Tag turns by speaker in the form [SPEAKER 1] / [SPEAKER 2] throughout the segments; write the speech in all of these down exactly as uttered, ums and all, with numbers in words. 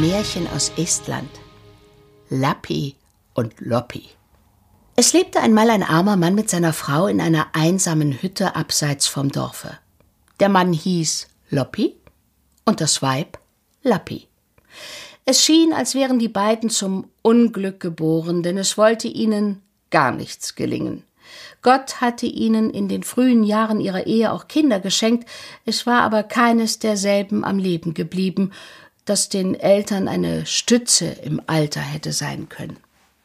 [SPEAKER 1] Märchen aus Estland. Lappi und Loppi. Es lebte einmal ein armer Mann mit seiner Frau in einer einsamen Hütte abseits vom Dorfe. Der Mann hieß Loppi und das Weib Lappi. Es schien, als wären die beiden zum Unglück geboren, denn es wollte ihnen gar nichts gelingen. Gott hatte ihnen in den frühen Jahren ihrer Ehe auch Kinder geschenkt, es war aber keines derselben am Leben geblieben, das den Eltern eine Stütze im Alter hätte sein können.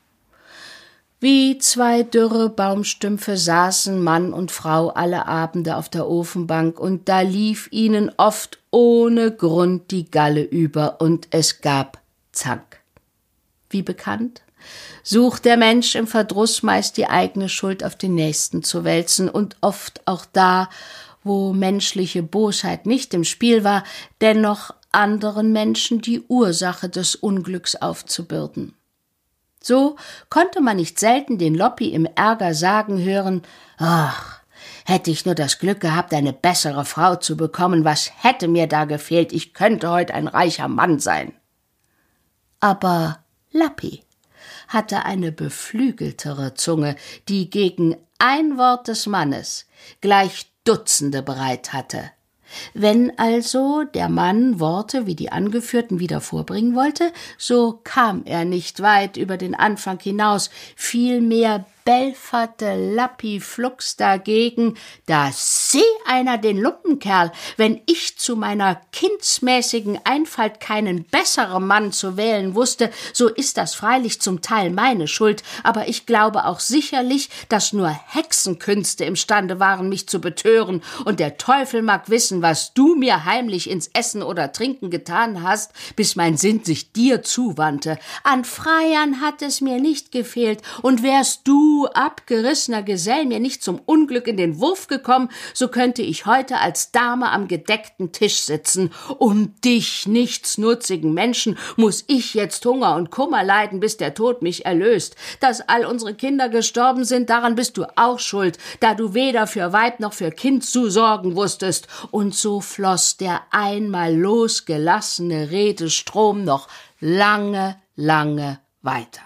[SPEAKER 1] Wie zwei dürre Baumstümpfe saßen Mann und Frau alle Abende auf der Ofenbank, und da lief ihnen oft ohne Grund die Galle über, und es gab Zank. Wie bekannt, sucht der Mensch im Verdruss meist die eigene Schuld auf den Nächsten zu wälzen, und oft auch da, wo menschliche Bosheit nicht im Spiel war, dennoch anderen Menschen die Ursache des Unglücks aufzubürden. So konnte man nicht selten den Loppi im Ärger sagen hören: »Ach, hätte ich nur das Glück gehabt, eine bessere Frau zu bekommen, was hätte mir da gefehlt, ich könnte heute ein reicher Mann sein.« Aber Lappi hatte eine beflügeltere Zunge, die gegen ein Wort des Mannes gleich Dutzende bereit hatte. Wenn also der Mann Worte wie die angeführten wieder vorbringen wollte, so kam er nicht weit über den Anfang hinaus, vielmehr belferte Lappi flugs dagegen: »Da seh einer den Lumpenkerl, wenn ich zu meiner kindsmäßigen Einfalt keinen besseren Mann zu wählen wusste, so ist das freilich zum Teil meine Schuld, aber ich glaube auch sicherlich, dass nur Hexenkünste imstande waren, mich zu betören, und der Teufel mag wissen, was du mir heimlich ins Essen oder Trinken getan hast, bis mein Sinn sich dir zuwandte. An Freiern hat es mir nicht gefehlt, und wärst du, abgerissener Gesell, mir nicht zum Unglück in den Wurf gekommen, so könnte ich heute als Dame am gedeckten Tisch sitzen. Um dich, nichtsnutzigen Menschen, muss ich jetzt Hunger und Kummer leiden, bis der Tod mich erlöst. Dass all unsere Kinder gestorben sind, daran bist du auch schuld, da du weder für Weib noch für Kind zu sorgen wusstest.« Und so floss der einmal losgelassene Redestrom noch lange, lange weiter.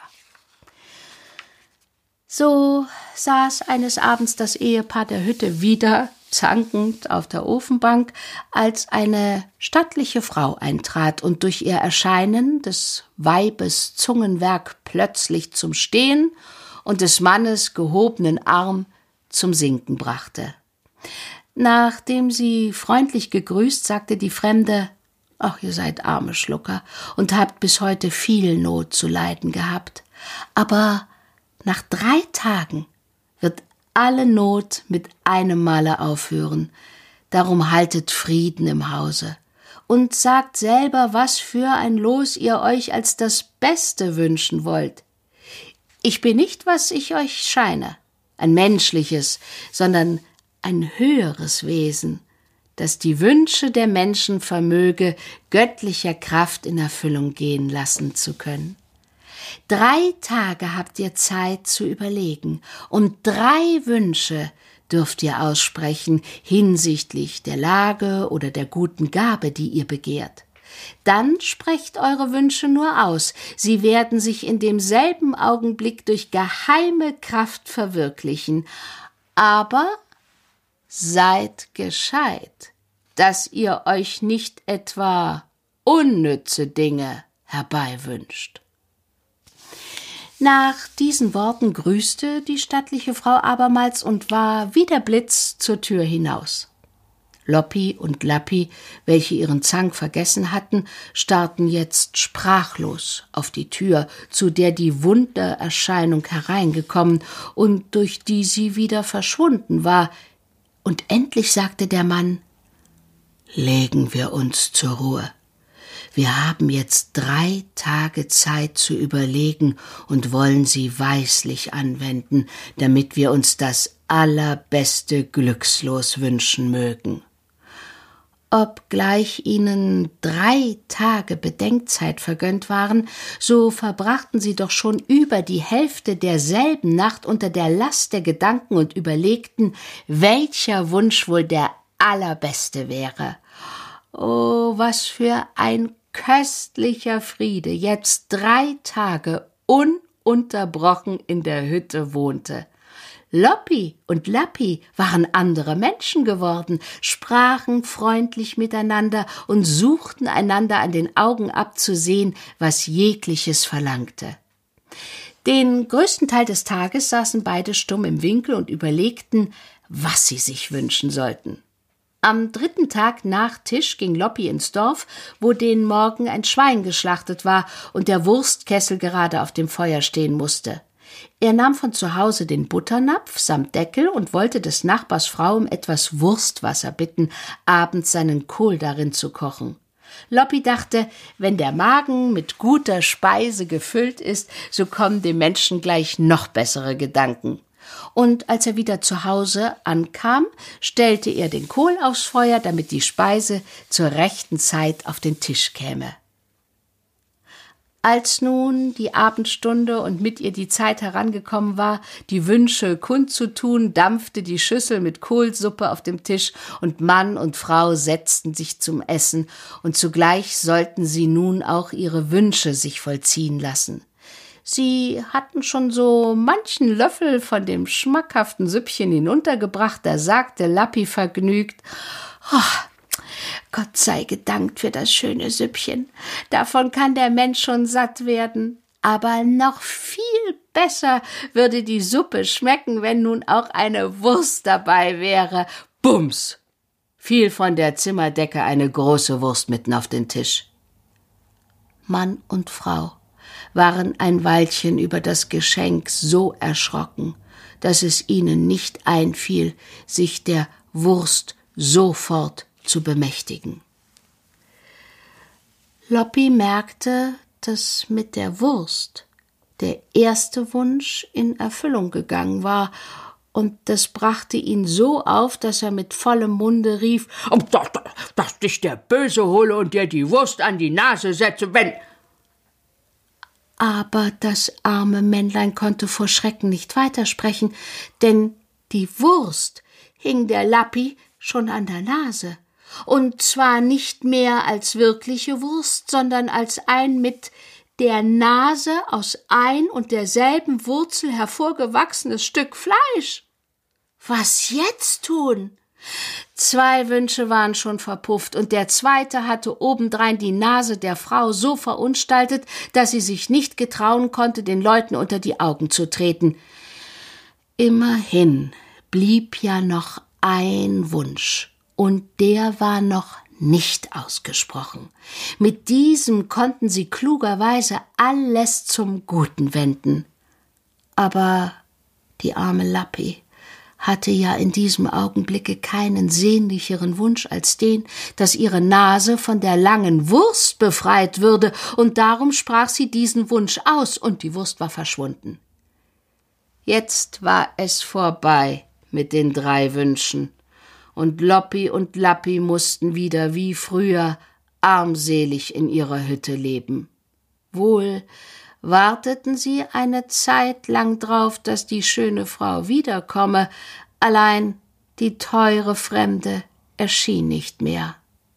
[SPEAKER 1] So saß eines Abends das Ehepaar der Hütte wieder zankend auf der Ofenbank, als eine stattliche Frau eintrat und durch ihr Erscheinen des Weibes Zungenwerk plötzlich zum Stehen und des Mannes gehobenen Arm zum Sinken brachte. Nachdem sie freundlich gegrüßt, sagte die Fremde: »Ach, ihr seid arme Schlucker und habt bis heute viel Not zu leiden gehabt. Aber nach drei Tagen wird alle Not mit einem Male aufhören. Darum haltet Frieden im Hause und sagt selber, was für ein Los ihr euch als das Beste wünschen wollt. Ich bin nicht, was ich euch scheine, ein menschliches, sondern ein höheres Wesen, das die Wünsche der Menschen vermöge, göttlicher Kraft in Erfüllung gehen lassen zu können. Drei Tage habt ihr Zeit zu überlegen, und drei Wünsche dürft ihr aussprechen hinsichtlich der Lage oder der guten Gabe, die ihr begehrt. Dann sprecht eure Wünsche nur aus, sie werden sich in demselben Augenblick durch geheime Kraft verwirklichen. Aber seid gescheit, dass ihr euch nicht etwa unnütze Dinge herbeiwünscht.« Nach diesen Worten grüßte die stattliche Frau abermals und war wie der Blitz zur Tür hinaus. Loppi und Lappi, welche ihren Zank vergessen hatten, starrten jetzt sprachlos auf die Tür, zu der die Wundererscheinung hereingekommen und durch die sie wieder verschwunden war. Und endlich sagte der Mann: »Legen wir uns zur Ruhe. Wir haben jetzt drei Tage Zeit zu überlegen und wollen sie weislich anwenden, damit wir uns das allerbeste Glückslos wünschen mögen.« Obgleich ihnen drei Tage Bedenkzeit vergönnt waren, so verbrachten sie doch schon über die Hälfte derselben Nacht unter der Last der Gedanken und überlegten, welcher Wunsch wohl der allerbeste wäre. Oh, was für ein köstlicher Friede jetzt drei Tage ununterbrochen in der Hütte wohnte. Loppi und Lappi waren andere Menschen geworden, sprachen freundlich miteinander und suchten einander an den Augen abzusehen, was jegliches verlangte. Den größten Teil des Tages saßen beide stumm im Winkel und überlegten, was sie sich wünschen sollten. Am dritten Tag nach Tisch ging Loppi ins Dorf, wo den Morgen ein Schwein geschlachtet war und der Wurstkessel gerade auf dem Feuer stehen musste. Er nahm von zu Hause den Butternapf samt Deckel und wollte des Nachbars Frau um etwas Wurstwasser bitten, abends seinen Kohl darin zu kochen. Loppi dachte, wenn der Magen mit guter Speise gefüllt ist, so kommen dem Menschen gleich noch bessere Gedanken. Und als er wieder zu Hause ankam, stellte er den Kohl aufs Feuer, damit die Speise zur rechten Zeit auf den Tisch käme. Als nun die Abendstunde und mit ihr die Zeit herangekommen war, die Wünsche kundzutun, dampfte die Schüssel mit Kohlsuppe auf dem Tisch und Mann und Frau setzten sich zum Essen und zugleich sollten sie nun auch ihre Wünsche sich vollziehen lassen. Sie hatten schon so manchen Löffel von dem schmackhaften Süppchen hinuntergebracht, da sagte Lappi vergnügt, »Oh, Gott sei gedankt für das schöne Süppchen. Davon kann der Mensch schon satt werden. Aber noch viel besser würde die Suppe schmecken, wenn nun auch eine Wurst dabei wäre.« Bums! Fiel von der Zimmerdecke eine große Wurst mitten auf den Tisch. Mann und Frau waren ein Weilchen über das Geschenk so erschrocken, dass es ihnen nicht einfiel, sich der Wurst sofort zu bemächtigen. Loppi merkte, dass mit der Wurst der erste Wunsch in Erfüllung gegangen war, und das brachte ihn so auf, dass er mit vollem Munde rief, dass, dass dich der Böse hole und dir die Wurst an die Nase setze, wenn... Aber das arme Männlein konnte vor Schrecken nicht weitersprechen, denn die Wurst hing der Lappi schon an der Nase. Und zwar nicht mehr als wirkliche Wurst, sondern als ein mit der Nase aus ein und derselben Wurzel hervorgewachsenes Stück Fleisch. Was jetzt tun? Zwei Wünsche waren schon verpufft, und der zweite hatte obendrein die Nase der Frau so verunstaltet, dass sie sich nicht getrauen konnte, den Leuten unter die Augen zu treten. Immerhin blieb ja noch ein Wunsch. Und der war noch nicht ausgesprochen. Mit diesem konnten sie klugerweise alles zum Guten wenden. Aber die arme Lappi hatte ja in diesem Augenblicke keinen sehnlicheren Wunsch als den, dass ihre Nase von der langen Wurst befreit würde, und darum sprach sie diesen Wunsch aus, und die Wurst war verschwunden. Jetzt war es vorbei mit den drei Wünschen. Und Loppi und Lappi mussten wieder wie früher armselig in ihrer Hütte leben. Wohl warteten sie eine Zeit lang drauf, dass die schöne Frau wiederkomme, allein die teure Fremde erschien nicht mehr.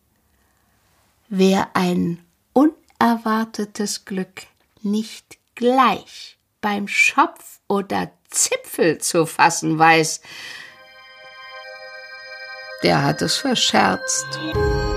[SPEAKER 1] Wer ein unerwartetes Glück nicht gleich beim Schopf oder Zipfel zu fassen weiß, der hat es verscherzt.